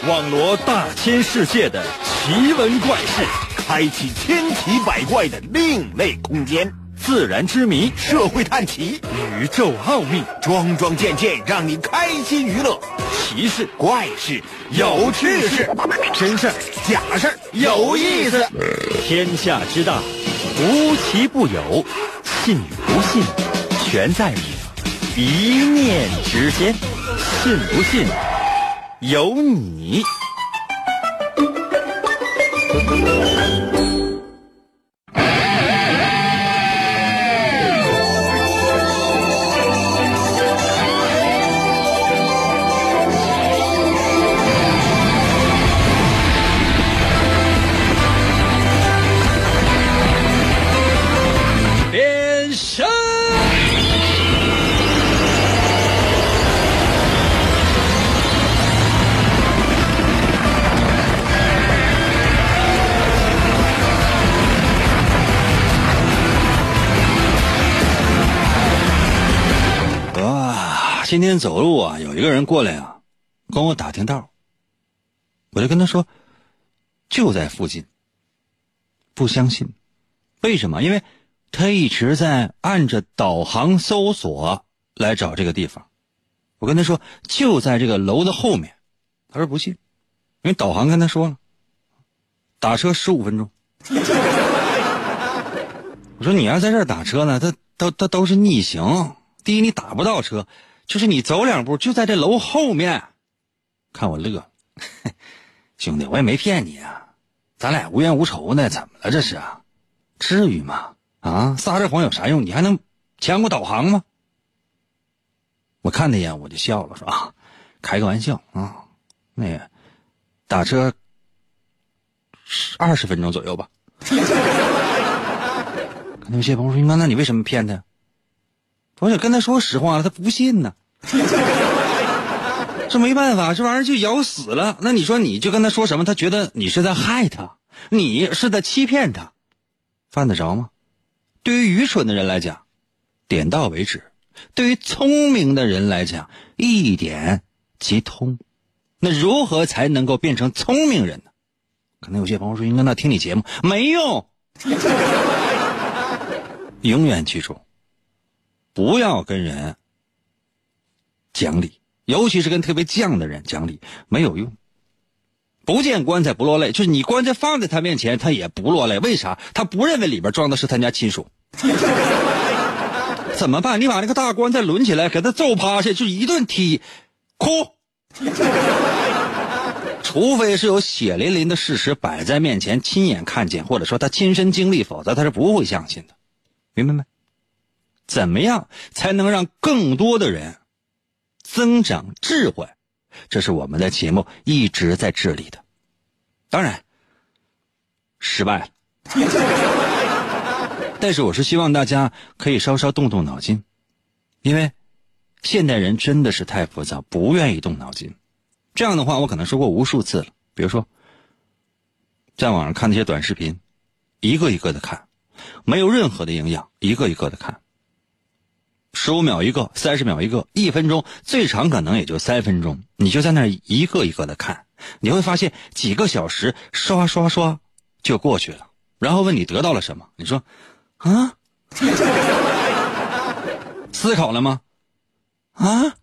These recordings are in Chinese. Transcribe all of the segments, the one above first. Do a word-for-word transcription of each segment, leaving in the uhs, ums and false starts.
网罗大千世界的奇闻怪事， 开启千奇百怪的另类空间， 自然之谜， 社会探奇， 宇宙奥秘， 桩桩件件让你开心娱乐。 奇事怪事有趣事， 真事假事有意思。 天下之大，无奇不有，信与不信全在你一念之间。信不信由你。变身今天走路啊，有一个人过来啊，跟我打听道，我就跟他说就在附近，不相信。为什么？因为他一直在按着导航搜索来找这个地方。我跟他说就在这个楼的后面，他说不信，因为导航跟他说了打车十五分钟。我说你要在这儿打车呢，他都他都是逆行，第一你打不到车，就是你走两步就在这楼后面。看我乐，兄弟我也没骗你啊，咱俩无冤无仇呢，怎么了这是啊？至于吗？啊，撒这谎有啥用？你还能抢过导航吗？我看他一眼我就笑了，说啊，开个玩笑啊，那个打车二十分钟左右吧。跟那些朋友说，那你为什么骗他？我想跟他说实话了，他不信呢。这没办法，这玩意儿就咬死了。那你说你就跟他说什么，他觉得你是在害他，你是在欺骗他，犯得着吗？对于愚蠢的人来讲，点到为止；对于聪明的人来讲，一点即通。那如何才能够变成聪明人呢？可能有些朋友说，应该那听你节目没用。永远记住，不要跟人讲理，尤其是跟特别犟的人讲理，没有用。不见棺材不落泪，就是你棺材放在他面前他也不落泪。为啥？他不认为里边装的是他家亲属。怎么办？你把那个大棺材抡起来给他揍趴下，就一顿踢，哭。除非是有血淋淋的事实摆在面前，亲眼看见，或者说他亲身经历，否则他是不会相信的。明白没？怎么样才能让更多的人增长智慧？这是我们的节目一直在致力的。当然失败了。但是我是希望大家可以稍稍动动脑筋，因为现代人真的是太浮躁，不愿意动脑筋。这样的话我可能说过无数次了，比如说在网上看那些短视频，一个一个的看，没有任何的营养，一个一个的看，十五秒一个，三十秒一个，一分钟最长可能也就三分钟，你就在那一个一个的看，你会发现几个小时刷刷刷就过去了。然后问你得到了什么，你说啊，思考了吗？啊，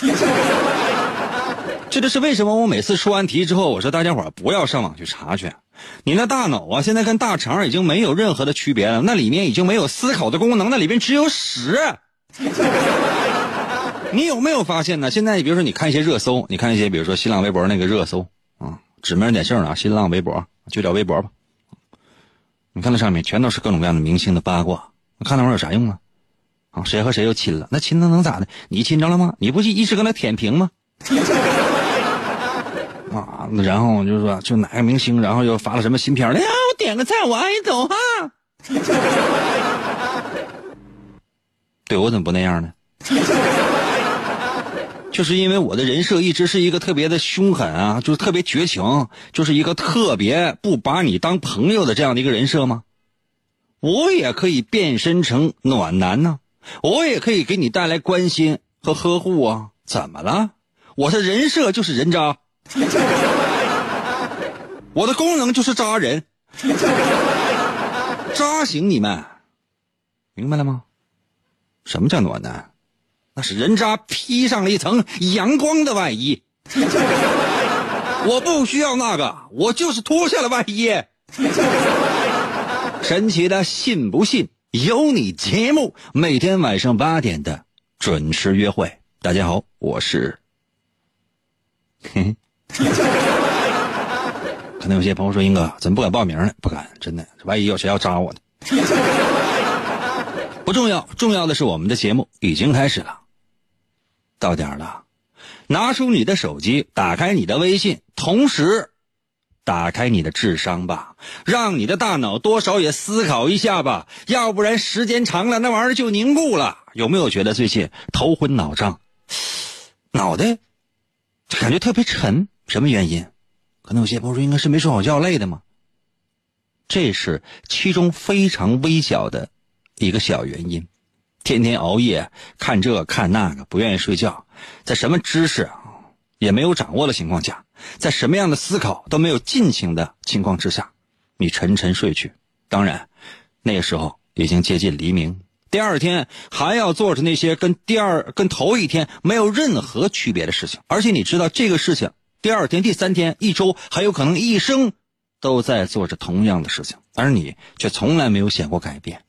这就是为什么我每次出完题之后，我说大家伙不要上网去查去，你那大脑啊现在跟大肠已经没有任何的区别了，那里面已经没有思考的功能，那里面只有屎。你有没有发现呢？现在比如说你看一些热搜，你看一些比如说新浪微博那个热搜啊，指名点姓啊，新浪微博就叫微博吧，你看那上面全都是各种各样的明星的八卦，看那玩意儿有啥用啊？啊，谁和谁又亲了？那亲了能咋的？你亲着了吗？你不是一直跟他舔屏吗？啊，然后就是说，就哪个明星，然后又发了什么新片儿，哎呀，我点个赞，我爱你走哈。对，我怎么不那样呢？就是因为我的人设一直是一个特别的凶狠啊，就是特别绝情，就是一个特别不把你当朋友的这样的一个人设吗？我也可以变身成暖男呢、啊，我也可以给你带来关心和呵护啊，怎么了？我的人设就是人渣。 我的功能就是扎人，扎醒你们，明白了吗？什么叫暖男？那是人渣披上了一层阳光的外衣。我不需要那个，我就是脱下了外衣。神奇的信不信由你节目，每天晚上八点的准时约会。大家好，我是嘿可能有些朋友说，英哥怎么不敢报名呢？不敢，真的，万一有谁要扎我呢？不重要，重要的是我们的节目已经开始了。到点了，拿出你的手机，打开你的微信，同时打开你的智商吧，让你的大脑多少也思考一下吧，要不然时间长了那玩意儿就凝固了。有没有觉得最近头昏脑胀，脑袋就感觉特别沉？什么原因？可能有些朋友说，应该是没睡好觉累的吗？这是其中非常微小的一个小原因。天天熬夜看这看那个，不愿意睡觉，在什么知识也没有掌握的情况下，在什么样的思考都没有进行的情况之下，你沉沉睡去。当然那个时候已经接近黎明，第二天还要做着那些跟第二跟头一天没有任何区别的事情，而且你知道这个事情第二天第三天一周还有可能一生都在做着同样的事情，而你却从来没有想过改变。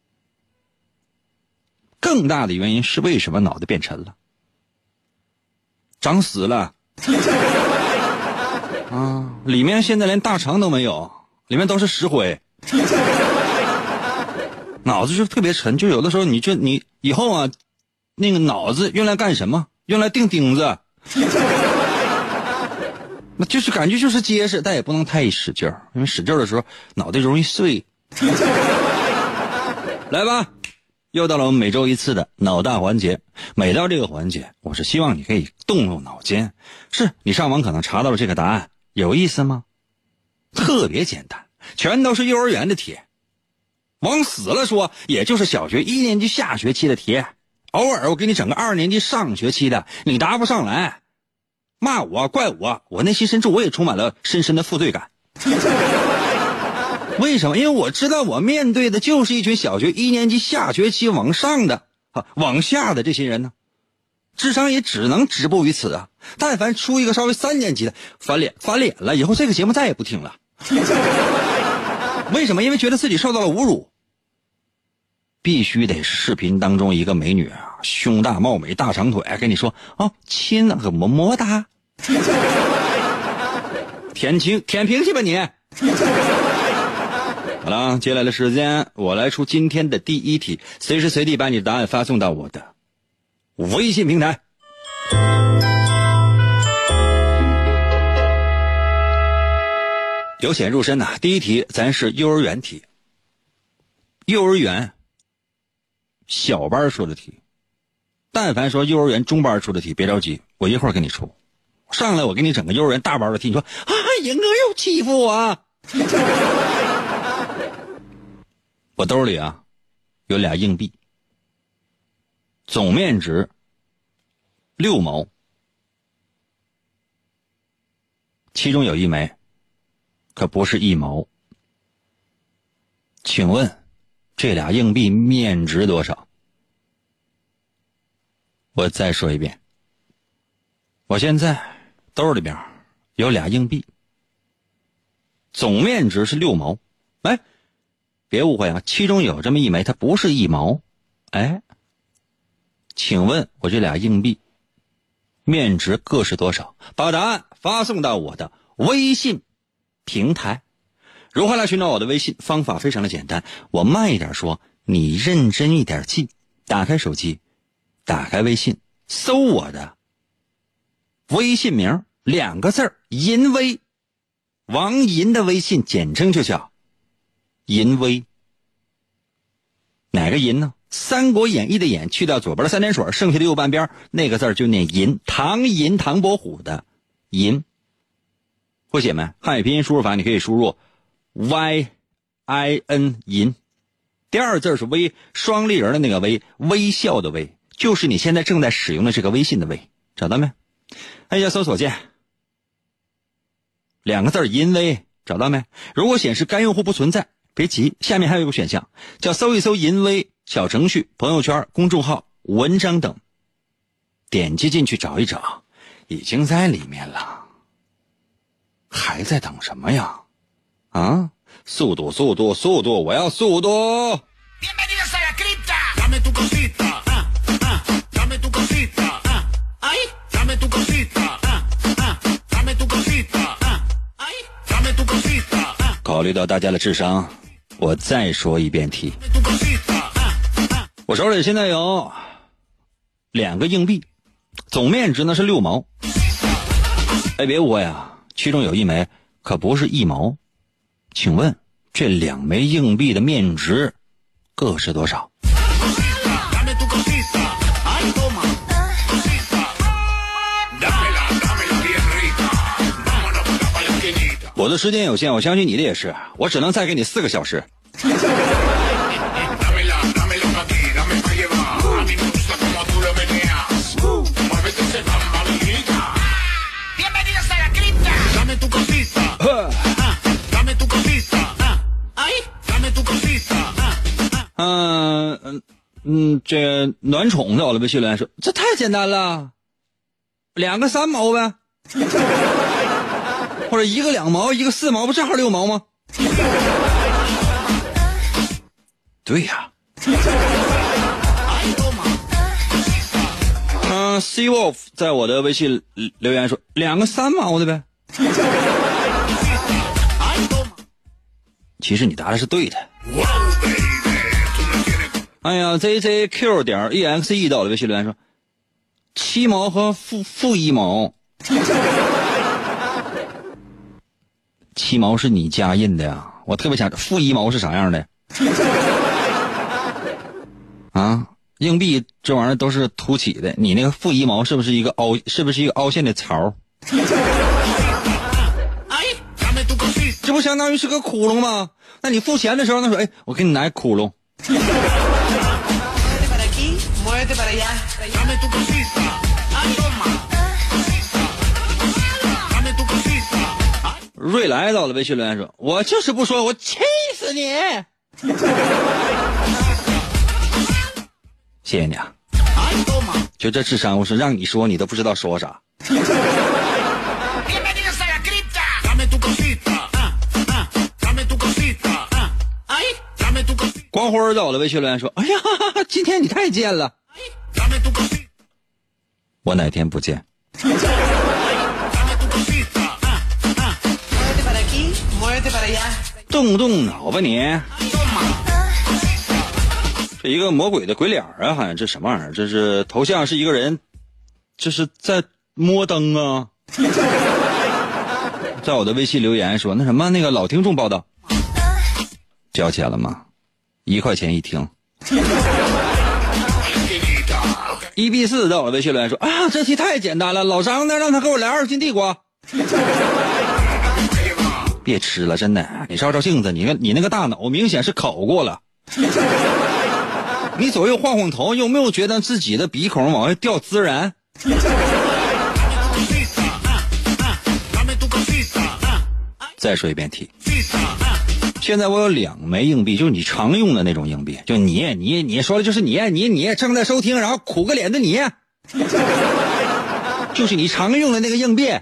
更大的原因是为什么脑袋变沉了？长死了啊！里面现在连大肠都没有，里面都是石灰，脑子就特别沉。就有的时候你就你以后啊，那个脑子用来干什么？用来钉钉子，那就是感觉就是结实，但也不能太使劲儿，因为使劲的时候脑袋容易碎。来吧，又到了我们每周一次的脑大环节。每到这个环节，我是希望你可以动动脑筋。是你上网可能查到了这个答案，有意思吗？特别简单，全都是幼儿园的题。往死了说，也就是小学一年级下学期的题。偶尔我给你整个二年级上学期的，你答不上来，骂我怪我，我内心深处我也充满了深深的负罪感。为什么？因为我知道我面对的就是一群小学一年级下学期往上的啊，往下的这些人呢，智商也只能止步于此啊。但凡出一个稍微三年级的，翻脸翻脸了，以后这个节目再也不听了。为什么？因为觉得自己受到了侮辱。必须得视频当中一个美女啊，胸大貌美大长腿，跟你说哦，亲那个么么哒，舔平舔平去吧你。好了，接下来的时间我来出今天的第一题，随时随地把你的答案发送到我的微信平台。由浅入深呐、啊，第一题咱是幼儿园题。幼儿园小班出的题，但凡说幼儿园中班出的题，别着急，我一会儿给你出。上来我给你整个幼儿园大班的题，你说啊，赢哥又欺负我。我兜里啊有俩硬币，总面值六毛，其中有一枚可不是一毛。请问这俩硬币面值多少？我再说一遍，我现在兜里边有俩硬币，总面值是六毛。哎，别误会啊，其中有这么一枚它不是一毛。哎，请问我这俩硬币面值各是多少？把答案发送到我的微信平台。如何来寻找我的微信？方法非常的简单，我慢一点说，你认真一点记。打开手机，打开微信，搜我的微信名两个字，淫威，王淫的微信简称就叫淫威。哪个淫呢？三国演义的演去掉左边的三点水，剩下的右半边那个字就念淫，唐寅唐伯虎的淫。会写没？汉语拼音输入法你可以输入 Y I N 淫，第二字是微，双立人的那个微，微笑的微，就是你现在正在使用的这个微信的微，找到没？按下搜索键，两个字淫威， 找到没？如果显示该用户不存在，别急，下面还有一个选项叫搜一搜淫威小程序、朋友圈、公众号、文章等，点击进去找一找，已经在里面了，还在等什么呀？啊，速度速度速度，我要速度。考虑到大家的智商，我再说一遍题。我手里现在有两个硬币，总面值呢是六毛。哎，别误会啊，其中有一枚可不是一毛。请问这两枚硬币的面值各是多少？我的时间有限，我相信你的也是，我只能再给你四个小时。嗯嗯嗯，这暖宠的我的微信留言说，这太简单了，两个三毛呗。或者一个两毛，一个四毛，不正好六毛吗？对呀。嗯、呃、，C Wolf 在我的微信留言说，两个三毛的呗。其实你答的是对的。哎呀 ，Z Z Q 点 E X E 到我的微信留言说，七毛和负负一毛。七毛是你加印的呀，我特别想负一毛是啥样的啊？硬币这玩意儿都是凸起的，你那个负一毛是不是一个凹？是不是一个凹陷的槽？这不相当于是个窟窿吗？那你付钱的时候，那说，哎，我给你拿一窟窿。瑞来到了微信留言说，我就是不说，我气死你。谢谢你啊，就这智商，我是让你说你都不知道说啥。光辉到了微信留言说，哎呀，今天你太贱了。我哪天不见？动动脑吧你！这一个魔鬼的鬼脸啊，好像这什么玩意儿？这是头像是一个人，这是在摸灯啊。在我的微信留言说，那什么那个老听众报道，交钱了吗？一块钱一听。一 B 四在我的微信留言说，啊，这题太简单了，老张呢，让他给我来二斤地瓜。别吃了，真的，你照照镜子，你你那个大脑明显是烤过了。你左右晃晃头，有没有觉得自己的鼻孔往外掉孜然？再说一遍题，现在我有两枚硬币，就是你常用的那种硬币，就你你你说的就是你你你正在收听，然后苦个脸的你，就是你常用的那个硬币，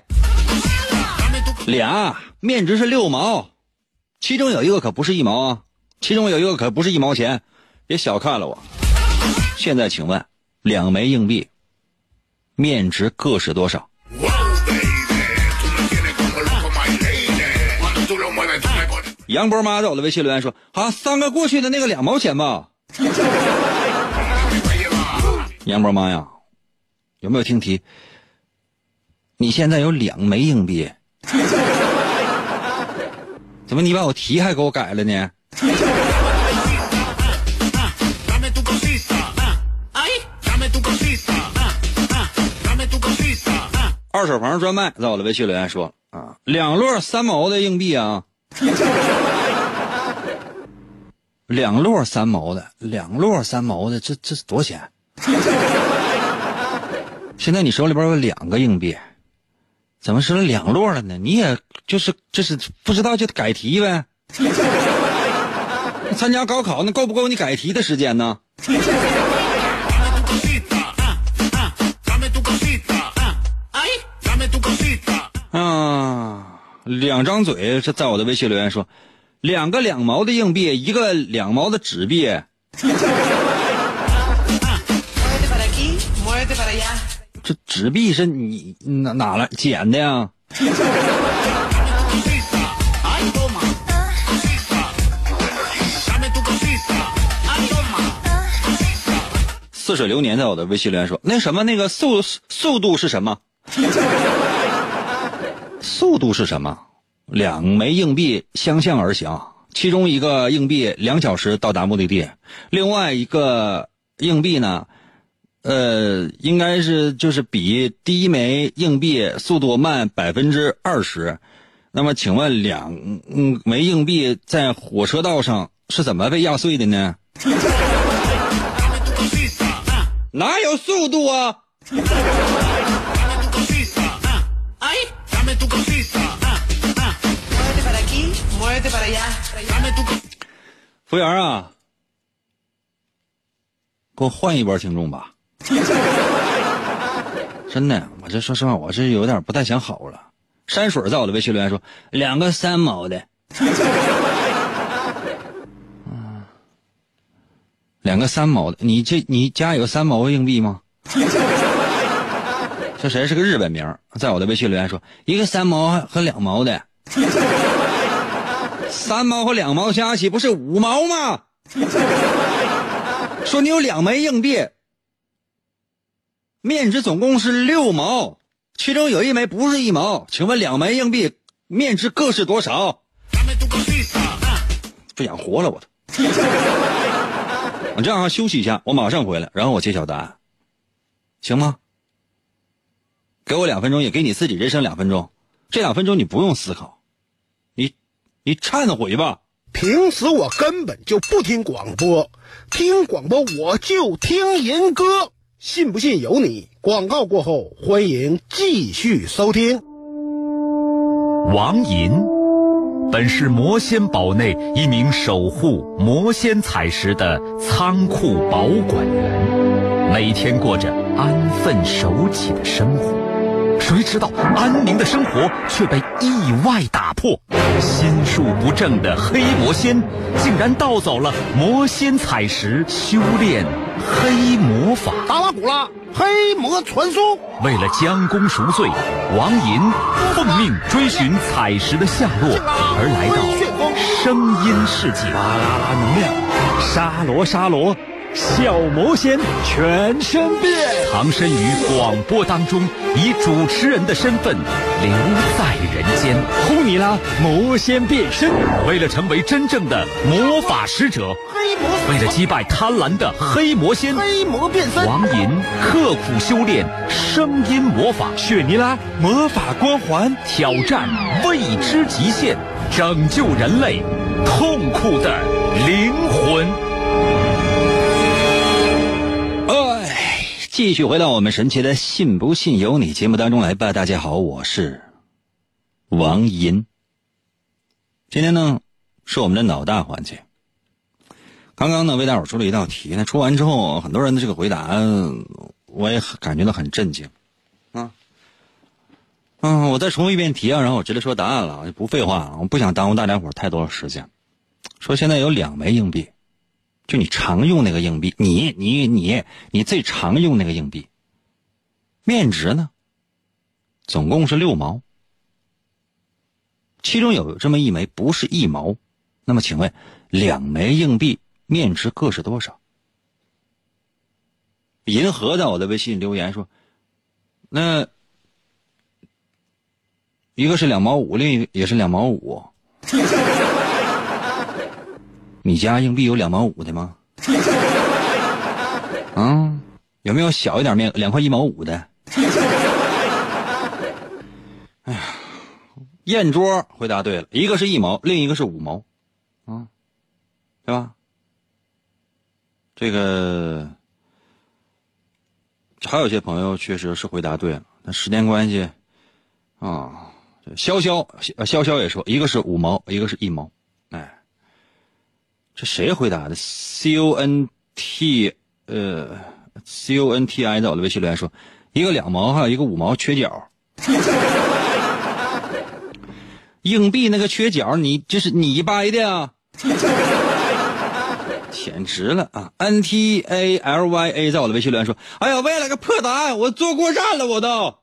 俩面值是六毛，其中有一个可不是一毛啊，其中有一个可不是一毛钱，别小看了我。现在请问，两枚硬币面值各是多少？杨波妈在我的微信留言说，啊，三个过去的那个两毛钱吧。杨波妈呀，有没有听题？你现在有两枚硬币，怎么你把我题还给我改了呢？二手房专卖在我的微信留言说，啊，两摞三毛的硬币啊。两摞三毛的，两摞三毛的，这这是多少钱？现在你手里边有两个硬币， 怎么是两摞了呢？你也就是就是不知道就改题呗。参加高考那够不够你改题的时间呢？啊，两张嘴是在我的微信留言说，两个两毛的硬币，一个两毛的纸币。这纸币是你哪哪来捡的呀？似水流年在我的微信留言说，那什么那个速速度是什么？速度是什么？两枚硬币相向而行，其中一个硬币两小时到达目的地，另外一个硬币呢，呃，应该是就是比第一枚硬币速度慢百分之二十。那么，请问两枚硬币在火车道上是怎么被压碎的呢？哪有速度啊？服务员啊，给我换一波听众吧。真的，我这说实话，我这有点不太想好了。山水在我的微信留言说，两个三毛的。嗯，两个三毛的，你这你家有三毛硬币吗？这谁是个日本名？在我的微信留言说，一个三毛和两毛的。三毛和两毛加起不是五毛吗？说你有两枚硬币，面值总共是六毛，其中有一枚不是一毛，请问两枚硬币面值各是多少？不想活了我都。我这样休息一下，我马上回来，然后我揭晓答案，行吗？给我两分钟，也给你自己人生两分钟，这两分钟你不用思考，你你忏悔吧。 平时我根本就不听广播，听广播我就听银歌，信不信由你。广告过后，欢迎继续收听。 王银本是魔仙堡内一名守护魔仙彩石的仓库保管员，每天过着安分守己的生活。谁知道安宁的生活却被意外打破，心术不正的黑魔仙竟然盗走了魔仙彩石，修炼黑魔法。 达拉古拉黑魔传说。 为了将功赎罪，王银奉命追寻彩石的下落，而来到声音世界。 啦啦啦能量，沙罗沙罗，小魔仙全身变。 藏身于广播当中，以主持人的身份留在人间。 呼你啦，魔仙变身。 为了成为真正的魔法使者， 黑魔为了击败贪婪的黑魔仙， 黑魔变身。 王银刻苦修炼声音魔法， 雪尼拉魔法光环， 挑战未知极限，拯救人类痛苦的灵魂。 哎，继续回到我们神奇的信不信由你节目当中来吧。大家好，我是王银。今天呢是我们的脑大环节。刚刚呢为大伙出了一道题，那出完之后很多人的这个回答我也感觉到很震惊啊。嗯，我再重复一遍题啊，然后我直接说答案了，就不废话了，我不想耽误大家伙太多的时间。说现在有两枚硬币，就你常用那个硬币，你你你你最常用那个硬币，面值呢总共是六毛，其中有这么一枚不是一毛，那么请问两枚硬币面值各是多少？银河在我的微信留言说，那一个是两毛五，另一个也是两毛五。你家硬币有两毛五的吗？啊，有没有小一点面两块一毛五的？哎呀，燕桌回答对了，一个是一毛，另一个是五毛，啊，对吧？这个还有些朋友确实是回答对了，但时间关系啊，潇潇潇潇也说，一个是五毛，一个是一毛。哎，这谁回答的 ？C O N T 呃 C O N T I 在我的微信留言说，一个两毛，还有一个五毛缺角。硬币那个缺角，你这是你掰的啊？简直了啊 ！N T A L Y A 在我的微信留言说：“哎呀，为了个破答案，我坐过站了，我都。”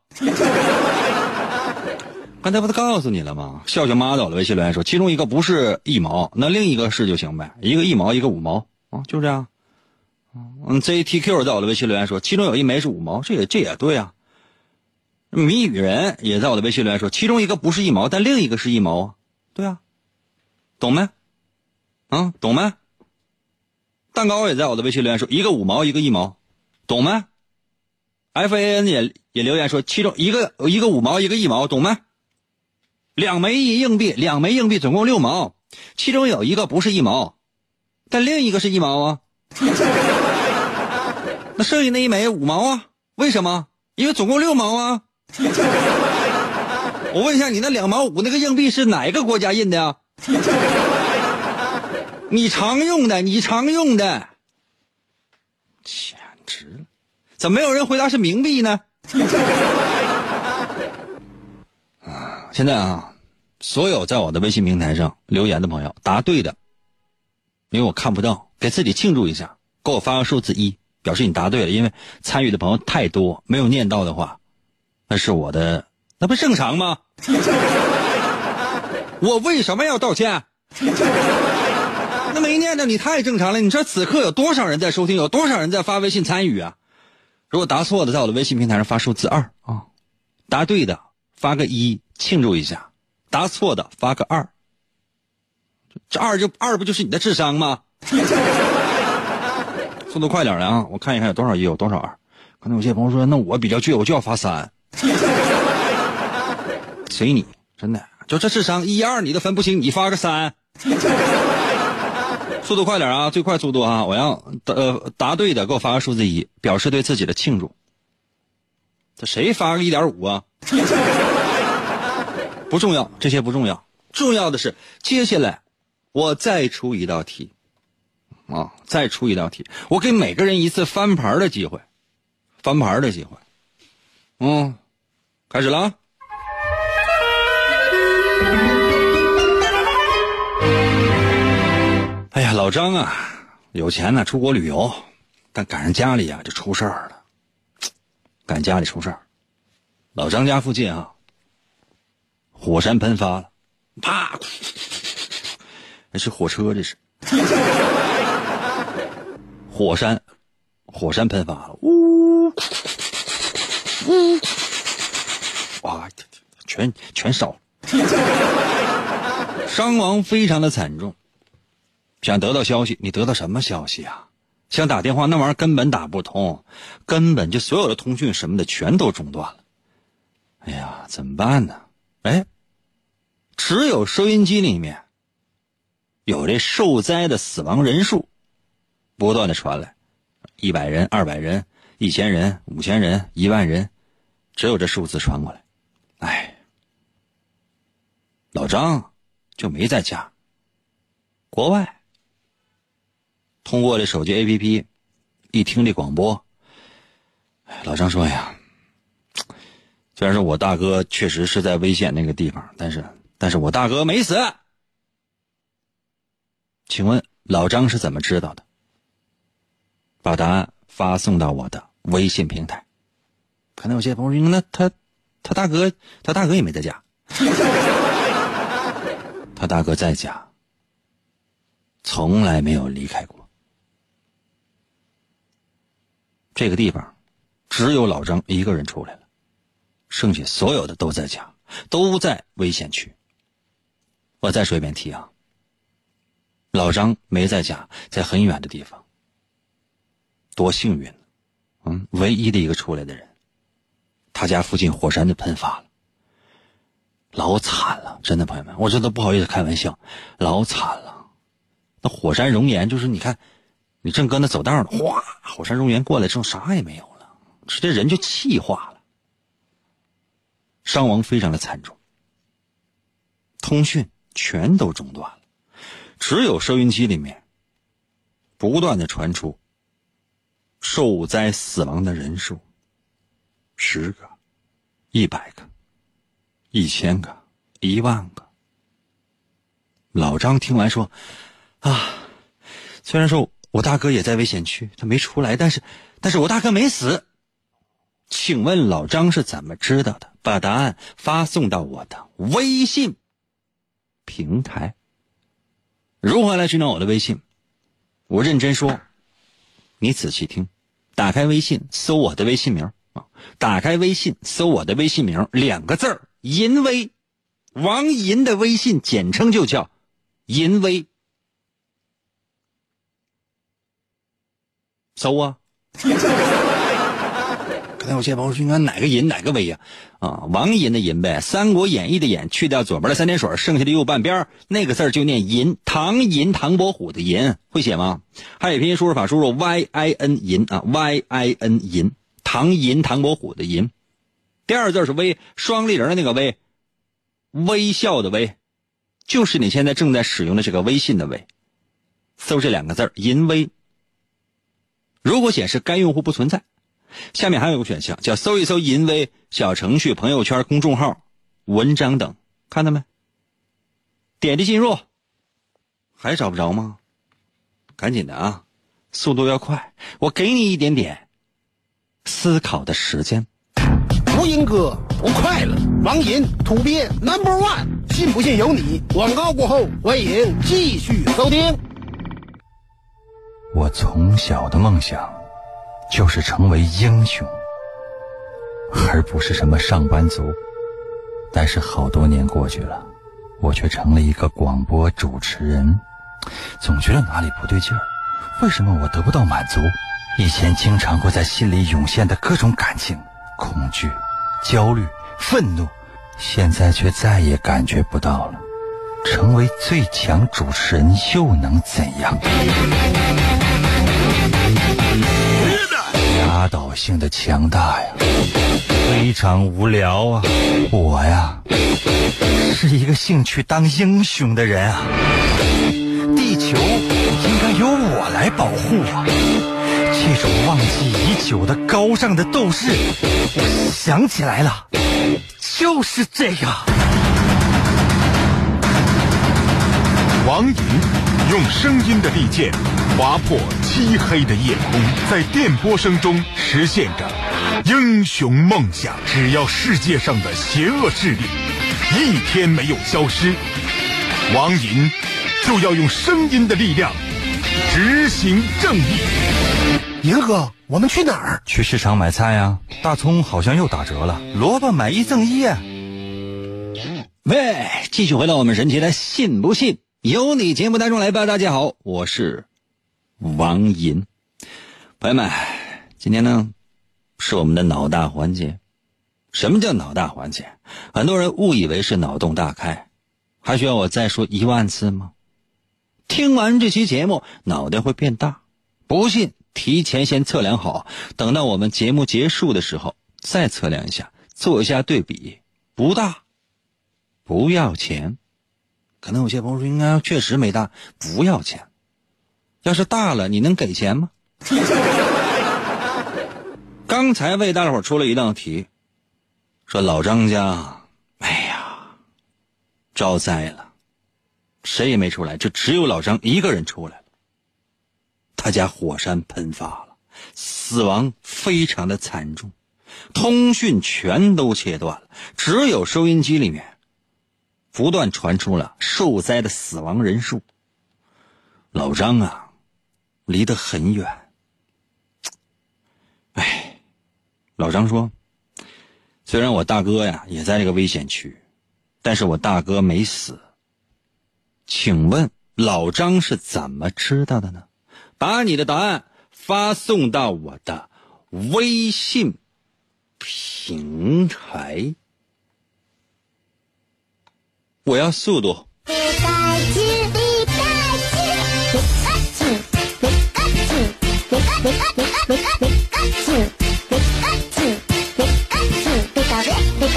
刚才不是告诉你了吗？笑笑妈在我的微信留言说，其中一个不是一毛，那另一个是就行呗，一个一毛，一个五毛啊，就这样。嗯 ，J T Q 在我的微信留言说，其中有一枚是五毛，这也这也对啊。谜语人也在我的微信留言说，其中一个不是一毛，但另一个是一毛啊，对啊，懂没？啊，懂没？蛋糕也在我的微信留言说，一个五毛，一个一毛，懂没 ？F A N 也也留言说，其中一个一个五毛，一个一毛，懂没？两枚硬币，两枚硬币总共六毛，其中有一个不是一毛，但另一个是一毛啊。那剩下那一枚五毛啊？为什么？因为总共六毛啊。我问一下，你那两毛五那个硬币是哪个国家印的啊？你常用的，你常用的，简直了！怎么没有人回答是冥币呢？啊，现在啊，所有在我的微信平台上留言的朋友，答对的，因为我看不到，给自己庆祝一下，给我发个数字一，表示你答对了。因为参与的朋友太多，没有念到的话，那是我的，那不正常吗？我为什么要道歉？那没念到你太正常了。你说此刻有多少人在收听，有多少人在发微信参与啊？如果答错的，在我的微信平台上发数字二啊，答对的发个一庆祝一下，答错的发个二。这二就二不就是你的智商吗？速度快点啊！我看一看有多少一，有多少二。可能有些朋友说，那我比较倔，我就要发三。随你，真的，就这智商一二你都分不清，你发个三。速度快点啊，最快速度啊！我要呃答对的给我发个数字一，表示对自己的庆祝。这谁发个 一点五 啊？不重要，这些不重要，重要的是接下来我再出一道题啊，再出一道题，我给每个人一次翻盘的机会，翻盘的机会。嗯，开始了啊。哎呀，老张啊，有钱呢，出国旅游，但赶上家里啊就出事儿了，赶家里出事儿。老张家附近啊，火山喷发了，啪，那是火车，这是火山，火山喷发了，呜呜，哇，全全烧了，伤亡非常的惨重。想得到消息，你得到什么消息啊？想打电话，那玩意儿根本打不通，根本就所有的通讯什么的全都中断了。哎呀，怎么办呢？哎，只有收音机里面有这受灾的死亡人数不断的传来，一百人、二百人、一千人、五千人、一万人，只有这数字传过来。哎，老张就没在家，国外。通过这手机 A P P 一听这广播，老张说呀，虽然说我大哥确实是在危险那个地方，但是但是我大哥没死。请问老张是怎么知道的？把答案发送到我的微信平台。可能有些朋友说，那他他大哥他大哥也没在家。他大哥在家，从来没有离开过。这个地方只有老张一个人出来了，剩下所有的都在家，都在危险区。我再说一遍题啊，老张没在家，在很远的地方，多幸运，嗯，唯一的一个出来的人，他家附近火山就喷发了，老惨了，真的朋友们，我这都不好意思开玩笑，老惨了。那火山熔岩就是你看。你正搁那走道呢，哗，火山熔岩过来之后啥也没有了，直接人就气化了， 伤亡非常的惨重，通讯全都中断了，只有收音机里面不断的传出受灾死亡的人数，十个、一百个、一千个、一万个。老张听完说啊，虽然说我大哥也在危险区，他没出来，但是但是我大哥没死。请问老张是怎么知道的？把答案发送到我的微信平台。如何来寻找我的微信？我认真说，你仔细听，打开微信搜我的微信名啊，打开微信搜我的微信名，两个字儿，银威，王银的微信简称就叫银威。搜啊！刚才有些朋友说应该哪个银哪个威呀？啊，王银的银呗，《三国演义》的演，去掉左边的三点水，剩下的右半边那个字就念银，唐银，唐伯虎的银，会写吗？汉语拼音输入法输入 Y I N 银啊 ，Y I N 银，唐银，唐伯虎的银。第二字是微，双立人的那个微，微笑的微，就是你现在正在使用的这个微信的微。搜这两个字银微。如果显示该用户不存在，下面还有一个选项叫搜一搜银威小程序、朋友圈、公众号、文章等，看到没？点击进入。还找不着吗？赶紧的啊，速度要快，我给你一点点思考的时间。 福银哥，我快了。王银土鳖 number one， 信不信由你。广告过后，欢迎继续收听。 我从小的梦想就是成为英雄，而不是什么上班族。但是好多年过去了，我却成了一个广播主持人，总觉得哪里不对劲儿。为什么我得不到满足？以前经常会在心里涌现的各种感情，恐惧、焦虑、愤怒，现在却再也感觉不到了。成为最强主持人又能怎样？压倒性的强大呀，非常无聊啊！我呀，是一个兴趣当英雄的人啊！地球应该由我来保护啊！这种忘记已久的高尚的斗士，我想起来了，就是这个。 王银用声音的利剑划破漆黑的夜空，在电波声中实现着英雄梦想。只要世界上的邪恶势力一天没有消失，王银就要用声音的力量执行正义。 银哥，我们去哪儿？ 去市场买菜啊，大葱好像又打折了，萝卜买一赠一啊。 喂，继续回到我们神奇的信不信由你节目当中来吧。大家好，我是王银。朋友们，今天呢是我们的脑大环节。什么叫脑大环节？很多人误以为是脑洞大开，还需要我再说一万次吗？听完这期节目脑袋会变大，不信提前先测量好，等到我们节目结束的时候再测量一下，做一下对比。不大不要钱。可能有些朋友说应该确实没大，不要钱。要是大了你能给钱吗？刚才为大伙出了一道题，说老张家哎呀招灾了，谁也没出来，就只有老张一个人出来了。他家火山喷发了，死亡非常的惨重，通讯全都切断了，只有收音机里面不断传出了受灾的死亡人数。老张啊离得很远。哎，老张说，虽然我大哥呀也在这个危险区，但是我大哥没死。请问老张是怎么知道的呢？把你的答案发送到我的微信平台。我要速度。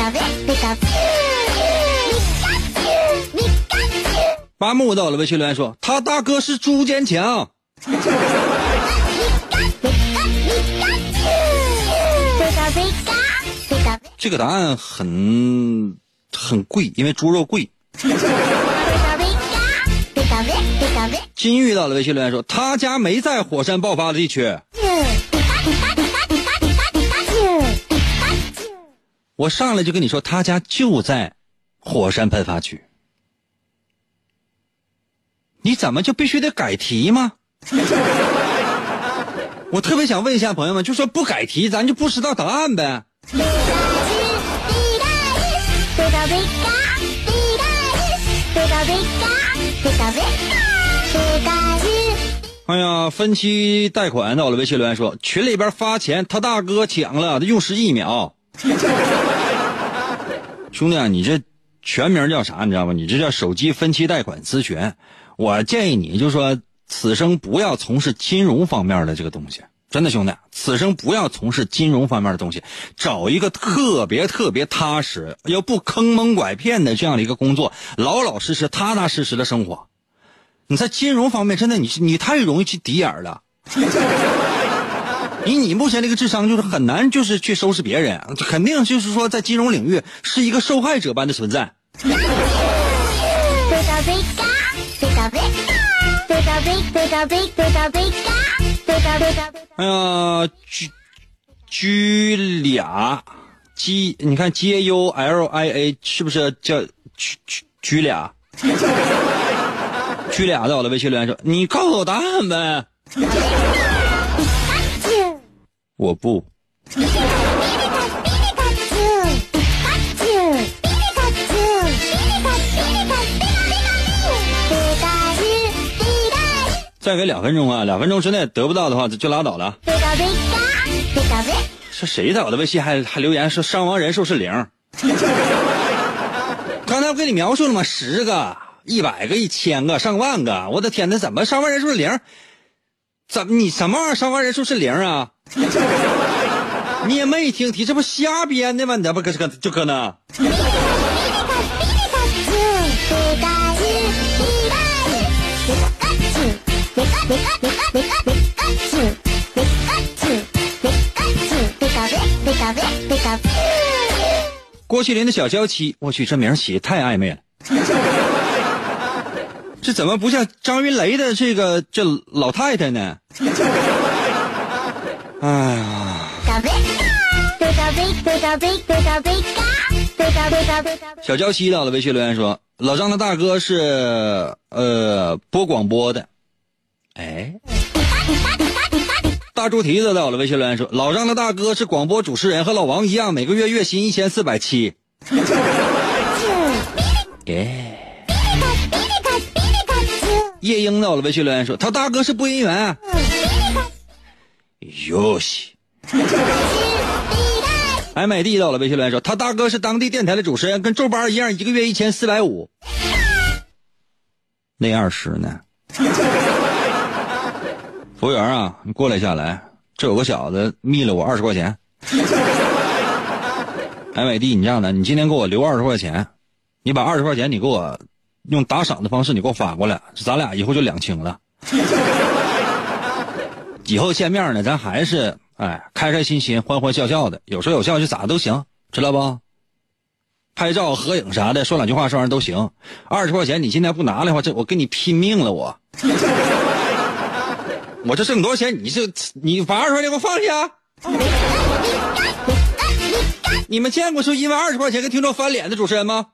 八木到了微信留言说他大哥是朱坚强。这个答案很很贵，因为猪肉贵。金玉到了微信留言说他家没在火山爆发的地区。我上来就跟你说他家就在火山喷发区，你怎么就必须得改题吗？我特别想问一下朋友们，就说不改题咱就不知道答案呗。哎呀，分期贷款到了微信留言说群里边发钱他大哥抢了，他用时一秒。兄弟啊，你这全名叫啥你知道吗？你这叫手机分期贷款咨询。我建议你就说此生不要从事金融方面的这个东西，真的兄弟，此生不要从事金融方面的东西，找一个特别特别踏实又不坑蒙拐骗的这样的一个工作，老老实实踏踏实实的生活。你在金融方面真的你你太容易去抵眼了。以你目前这个智商就是很难就是去收拾别人，肯定就是说在金融领域是一个受害者般的存在。哎呀，居居俩基，你看 J U L I A 是不是叫居居居俩？居俩到了微信留言说你告诉我答案呗。我不。再给两分钟啊，两分钟之内得不到的话就拉倒了。是谁在我的微信还还留言说伤亡人数是零？刚才我给你描述了吗？十个、一百个、一千个、上万个，我的天哪，怎么伤亡人数是零？怎么你什么玩意儿伤亡人数是零啊？你也没听题，这不瞎编的吗？你这不可可就可能。郭麒麟的小娇妻，我去，这名起太暧昧了。这怎么不像张云雷的这个这老太太呢？哎呀，小娇妻到了微信留言说老张的大哥是呃播广播的。哎，大猪蹄子到了微信留言说老张的大哥是广播主持人，和老王一样，每个月月薪一千四百七。耶，叶英到了微信留言说他大哥是播音员。哟西。哎，美帝到了微信留言说他大哥是当地电台的主持人，跟周班一样，一个月一千四百五。那二十呢？服务员啊，你过来下来，这有个小子密了我二十块钱。哎，美帝，你这样的，你今天给我留二十块钱，你把二十块钱你给我用打赏的方式你给我发过来，咱俩以后就两清了。以后见面呢，咱还是哎开开心心、欢欢笑笑的，有说有笑就咋都行，知道不？拍照、合影啥的，说两句话、说完都行。二十块钱你今天不拿来的话，这我跟你拼命了我。我这挣多少钱？你这你把二十块钱给我放下。你们见过说因为二十块钱跟听众翻脸的主持人吗？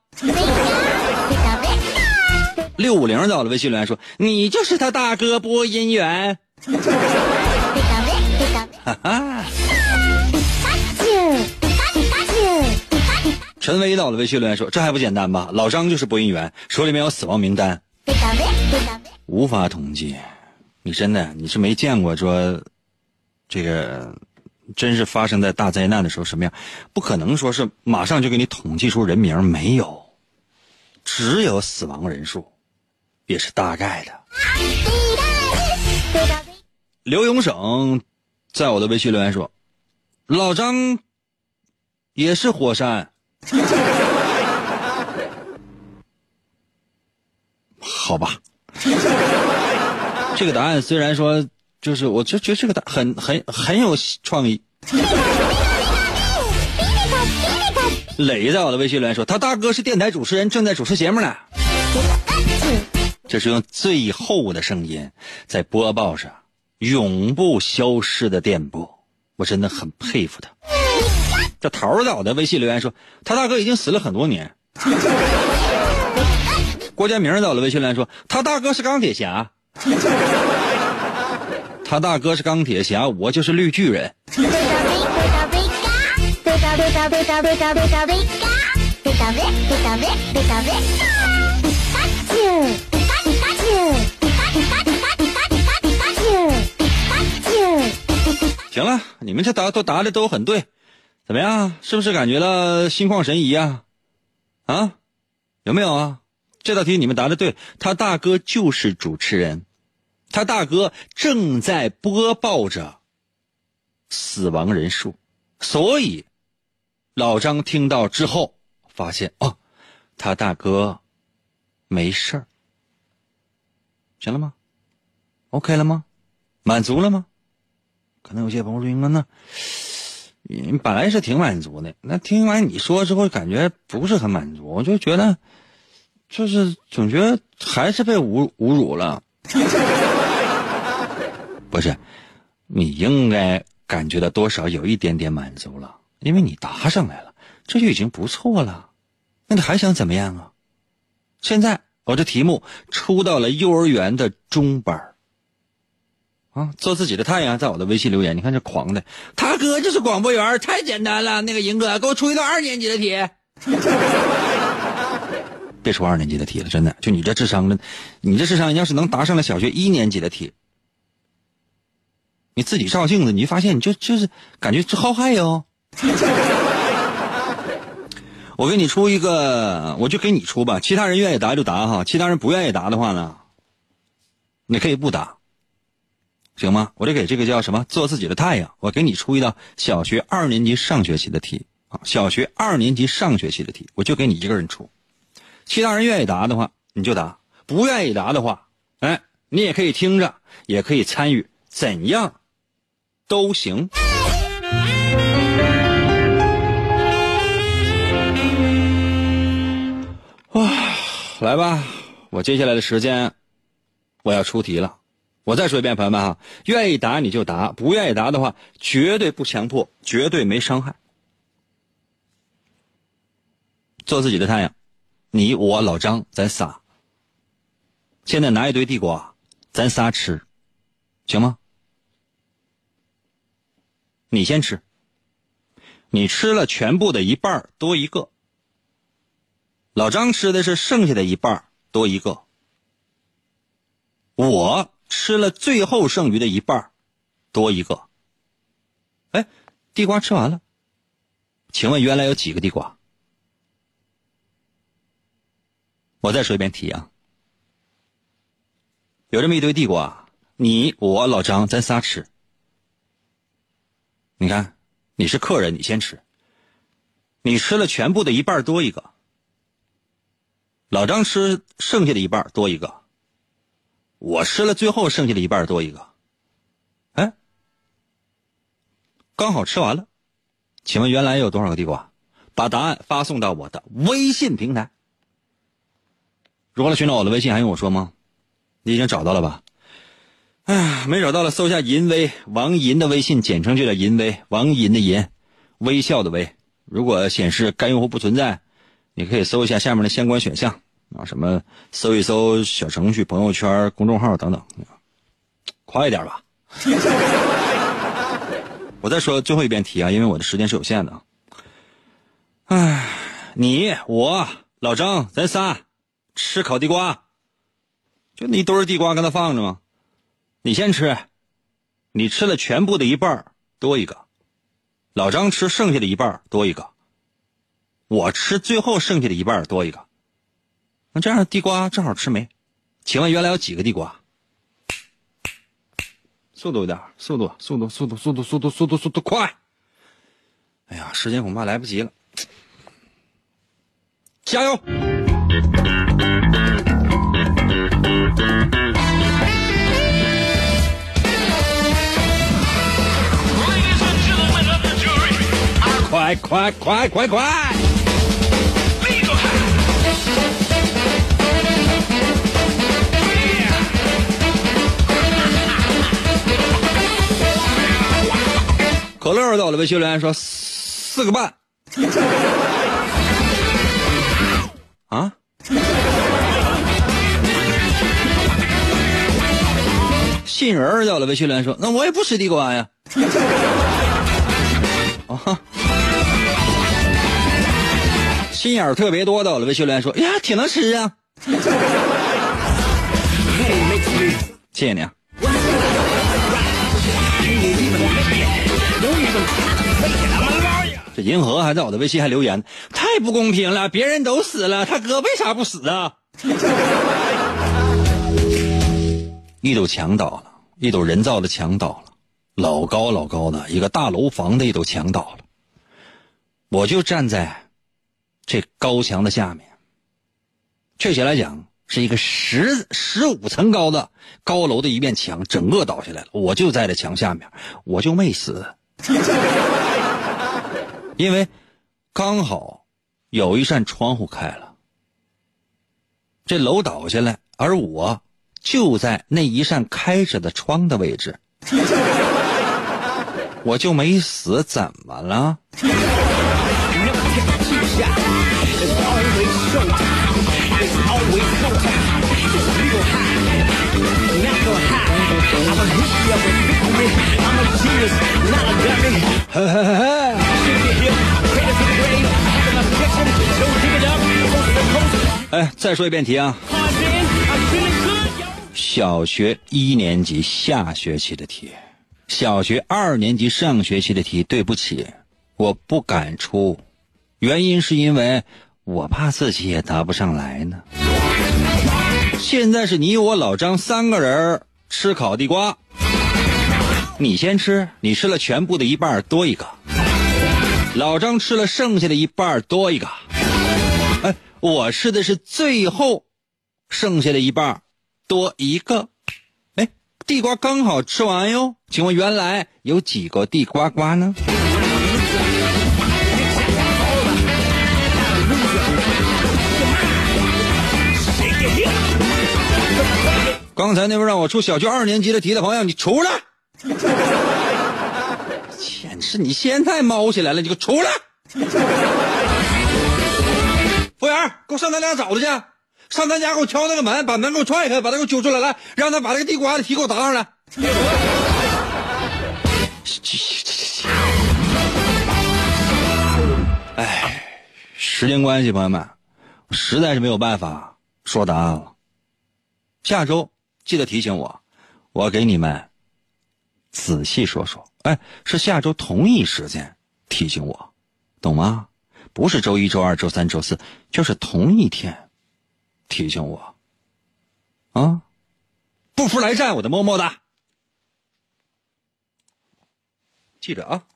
六五零到了微信留言说你就是他大哥播音员。哈哈。陈威到了微信留言说这还不简单吧，老张就是播音员，手里面有死亡名单，无法统计。你真的你是没见过说这个真是发生在大灾难的时候什么样，不可能说是马上就给你统计出人名，没有，只有死亡人数，也是大概的。刘永省在我的微信留言说老张也是火山， 好吧，这个答案虽然说就是我就觉得这个答很很很有创意。磊在我的微信留言说，他大哥是电台主持人，正在主持节目呢。这是用最后的声音在播报上永不消失的电波，我真的很佩服他。这头在我的微信留言说，他大哥已经死了很多年。郭家明在我的微信留言说，他大哥是钢铁侠。他大哥是钢铁侠，我就是绿巨人。行了，你们这答都答的都很对，怎么样？是不是感觉到心旷神怡啊？啊，有没有啊？这道题你们答的对，他大哥就是主持人，他大哥正在播报着死亡人数，所以老张听到之后发现，哦，他大哥没事儿。行了吗 ？OK 了吗？满足了吗？可能有些朋友说，应该呢，你本来是挺满足的，那听完你说之后，感觉不是很满足，我就觉得，就是总觉得还是被侮侮辱了。不是，你应该感觉到多少有一点点满足了，因为你答上来了，这就已经不错了。那你还想怎么样啊？现在我这题目出到了幼儿园的中班啊，做自己的太阳，在我的微信留言，你看这狂的，他哥就是广播员，太简单了。那个银哥，给我出一道二年级的题。别出二年级的题了，真的，就你这智商的，你这智商要是能答上了小学一年级的题，你自己照镜子，你就发现你就就是感觉这好嗨哟。我给你出一个，我就给你出吧，其他人愿意答就答哈，其他人不愿意答的话呢，你可以不答。行吗？我得给这个叫什么做自己的太阳，我给你出一道小学二年级上学期的题啊，小学二年级上学期的题，我就给你一个人出，其他人愿意答的话你就答，不愿意答的话，哎，你也可以听着，也可以参与，怎样都行。哇，来吧，我接下来的时间我要出题了。我再说一遍，朋友们哈，愿意答你就答，不愿意答的话，绝对不强迫，绝对没伤害。做自己的太阳，你我老张，咱仨。现在拿一堆地瓜，咱仨吃，行吗？你先吃，你吃了全部的一半多一个，老张吃的是剩下的一半多一个，我吃了最后剩余的一半多一个。哎，地瓜吃完了，请问原来有几个地瓜？我再说一遍题啊，有这么一堆地瓜，你我老张咱仨吃，你看你是客人，你先吃，你吃了全部的一半多一个，老张吃剩下的一半多一个，我吃了最后剩下的一半多一个，哎，刚好吃完了。请问原来有多少个地瓜？把答案发送到我的微信平台。如何来寻找我的微信还用我说吗？你已经找到了吧？哎呀，没找到了，搜一下银威，王银的微信简称就叫银威，王银的银，微笑的微。如果显示该用户不存在，你可以搜一下下面的相关选项啊，什么搜一搜小程序、朋友圈、公众号等等，快一点吧。我再说最后一遍题啊，因为我的时间是有限的。哎，你我老张咱仨吃烤地瓜，就那一堆地瓜跟他放着吗？你先吃，你吃了全部的一半多一个，老张吃剩下的一半多一个，我吃最后剩下的一半多一个，那这样地瓜正好吃没？请问原来有几个地瓜？速度一点，速度速度速度速度速度速度速度快！哎呀，时间恐怕来不及了。 加油！快快快快快！可乐到了，微信留言说四个半。啊？杏仁儿到了，微信留言说那我也不吃地瓜呀。啊？心眼儿特别多的，微信留言说呀挺能吃啊。谢谢你啊。这银河还在我的微信还留言，太不公平了，别人都死了，他哥为啥不死啊？一堵墙倒了，一堵人造的墙倒了，老高老高的一个大楼房的一堵墙倒了，我就站在这高墙的下面，确切来讲是一个十十五层高的高楼的一面墙，整个倒下来了，我就在这墙下面，我就没死。因为刚好有一扇窗户开了，这楼倒下来，而我就在那一扇开着的窗的位置，我就没死，怎么了？哎，再说一遍题啊！小学一年级下学期的题，小学二年级上学期的题，对不起，我不敢出，原因是因为我怕自己也答不上来呢。现在是你我老张三个人吃烤地瓜，你先吃，你吃了全部的一半多一个，老张吃了剩下的一半多一个，哎，我吃的是最后剩下的一半多一个。哎，地瓜刚好吃完哟，请问原来有几个地瓜瓜呢？刚才那位让我出小学二年级的题的朋友，你出来！简直你现在猫起来了，你给我出来！服务员，给我上咱家找他去，上咱家给我敲那个门，把门给我踹开，把他给我揪出来，来，让他把这个地瓜的题给我答上来。哎，时间关系，朋友们，实在是没有办法说答案了。下周记得提醒我，我给你们仔细说说。哎，是下周同一时间提醒我，懂吗？不是周一周二周三周四，就是同一天提醒我啊！不服来战，我的么么哒，记着啊。